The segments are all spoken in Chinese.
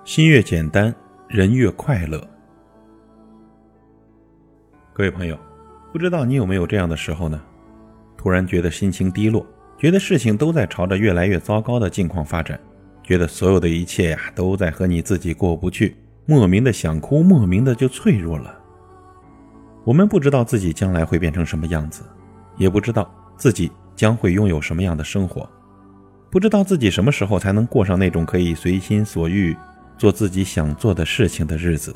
心越简单，人越快乐。各位朋友，不知道你有没有这样的时候呢？突然觉得心情低落，觉得事情都在朝着越来越糟糕的境况发展，觉得所有的一切都在和你自己过不去，莫名的想哭，莫名的就脆弱了。我们不知道自己将来会变成什么样子，也不知道自己将会拥有什么样的生活，不知道自己什么时候才能过上那种可以随心所欲做自己想做的事情的日子。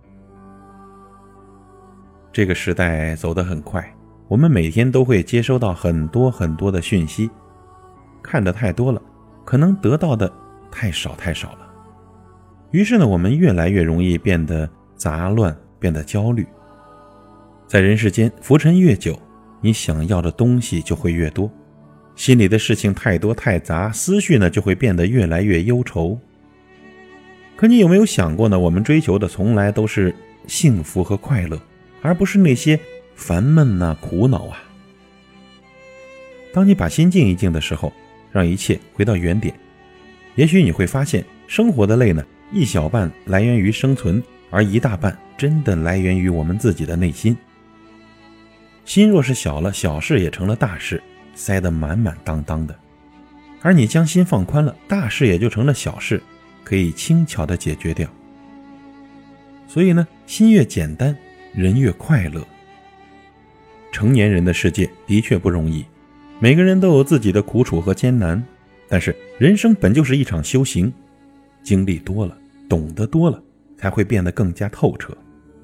这个时代走得很快，我们每天都会接收到很多的讯息，看得太多了，可能得到的太少了。于是呢，我们越来越容易变得杂乱，变得焦虑。在人世间浮沉越久，你想要的东西就会越多，心里的事情太多太杂，思绪呢就会变得越来越忧愁。可你有没有想过呢？我们追求的从来都是幸福和快乐，而不是那些烦闷苦恼啊。当你把心静一静的时候，让一切回到原点，也许你会发现生活的累呢，一小半来源于生存，而一大半真的来源于我们自己的内心。心若是小了，小事也成了大事，塞得满满当当的。而你将心放宽了，大事也就成了小事，可以轻巧地解决掉。所以呢，心越简单，人越快乐。成年人的世界的确不容易，每个人都有自己的苦楚和艰难，但是人生本就是一场修行，经历多了，懂得多了，才会变得更加透彻。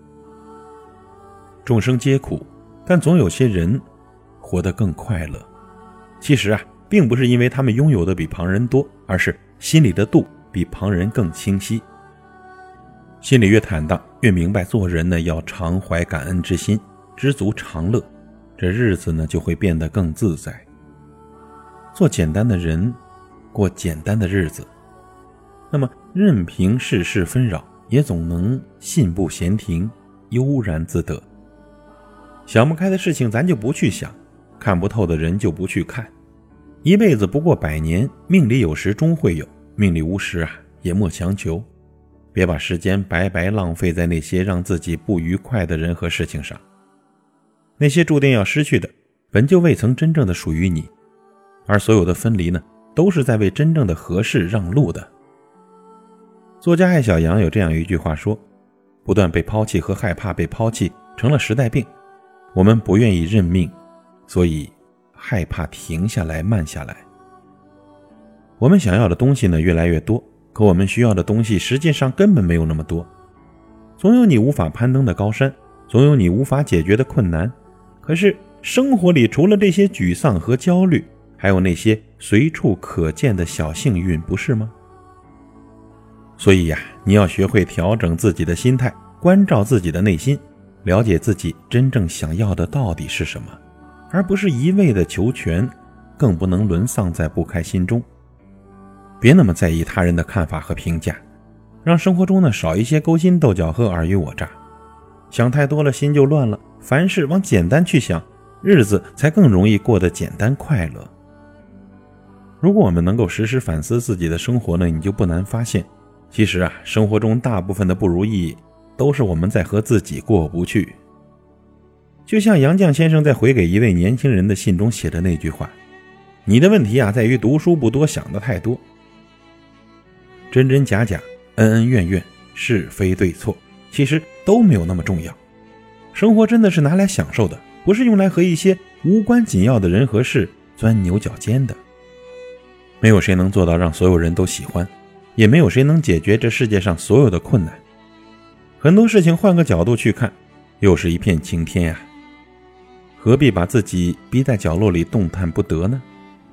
众生皆苦，但总有些人活得更快乐。其实并不是因为他们拥有的比旁人多，而是心里的度比旁人更清晰。心里越坦荡，越明白做人呢要常怀感恩之心，知足常乐，这日子呢就会变得更自在。做简单的人，过简单的日子，那么任凭世事纷扰，也总能信步闲庭，悠然自得。想不开的事情咱就不去想，看不透的人就不去看。一辈子不过100年，命里有时终会有，命里无时也莫强求。别把时间白白浪费在那些让自己不愉快的人和事情上。那些注定要失去的，本就未曾真正的属于你，而所有的分离呢，都是在为真正的合适让路的。作家艾小阳有这样一句话说，不断被抛弃和害怕被抛弃成了时代病，我们不愿意认命，所以害怕停下来慢下来。我们想要的东西呢越来越多，可我们需要的东西实际上根本没有那么多。总有你无法攀登的高山，总有你无法解决的困难，可是生活里除了这些沮丧和焦虑，还有那些随处可见的小幸运，不是吗？所以你要学会调整自己的心态，关照自己的内心，了解自己真正想要的到底是什么，而不是一味的求全，更不能沦丧在不开心中。别那么在意他人的看法和评价，让生活中呢少一些勾心斗角和尔虞我诈。想太多了，心就乱了，凡事往简单去想，日子才更容易过得简单快乐。如果我们能够时时反思自己的生活呢，你就不难发现，其实生活中大部分的不如意都是我们在和自己过不去。就像杨绛先生在回给一位年轻人的信中写的那句话，你的问题在于读书不多，想的太多。真真假假，恩恩怨怨，是非对错，其实都没有那么重要。生活真的是拿来享受的，不是用来和一些无关紧要的人和事钻牛角尖的。没有谁能做到让所有人都喜欢，也没有谁能解决这世界上所有的困难。很多事情换个角度去看，又是一片晴天何必把自己逼在角落里动弹不得呢？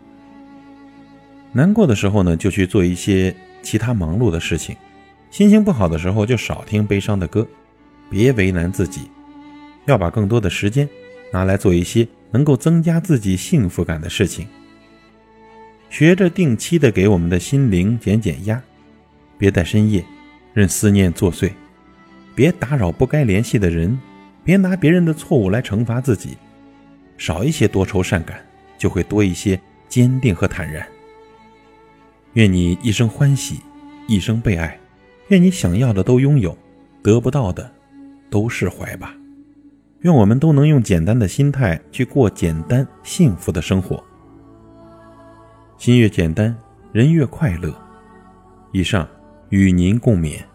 难过的时候呢，就去做一些其他忙碌的事情，心情不好的时候就少听悲伤的歌，别为难自己，要把更多的时间拿来做一些能够增加自己幸福感的事情。学着定期的给我们的心灵减压，别在深夜任思念作祟，别打扰不该联系的人，别拿别人的错误来惩罚自己，少一些多愁善感，就会多一些坚定和坦然。愿你一生欢喜，一生被爱， 愿你想要的都拥有，得不到的都释怀吧。愿我们都能用简单的心态去过简单幸福的生活。心越简单，人越快乐。以上与您共勉。